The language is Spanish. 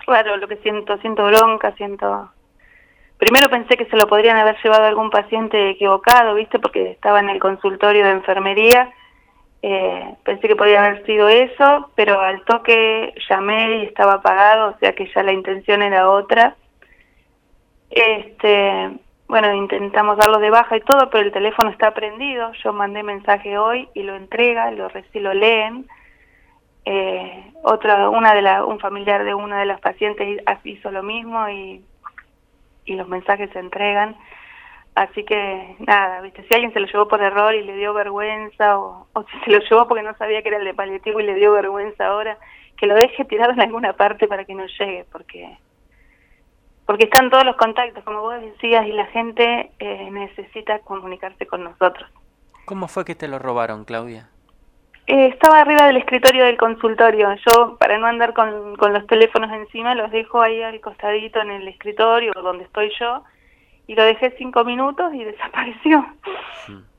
raro lo que siento bronca, Primero pensé que se lo podrían haber llevado a algún paciente equivocado, ¿viste? Porque estaba en el consultorio de enfermería. Pensé que podía haber sido eso, pero al toque llamé y estaba apagado, o sea que ya la intención era otra. Bueno, intentamos darlo de baja y todo, pero el teléfono está prendido. Yo mandé mensaje hoy y lo entrega, lo leen. Un familiar de una de las pacientes hizo lo mismo y los mensajes se entregan. Así que nada, viste, si alguien se lo llevó por error y le dio vergüenza, o si se lo llevó porque no sabía que era el de paliativo y le dio vergüenza ahora, que lo deje tirado en alguna parte para que no llegue, porque están todos los contactos, como vos decías, y la gente necesita comunicarse con nosotros. ¿Cómo fue que te lo robaron, Claudia? Estaba arriba del escritorio del consultorio. Yo, para no andar con los teléfonos encima, los dejo ahí al costadito en el escritorio, donde estoy yo, y lo dejé 5 minutos y desapareció.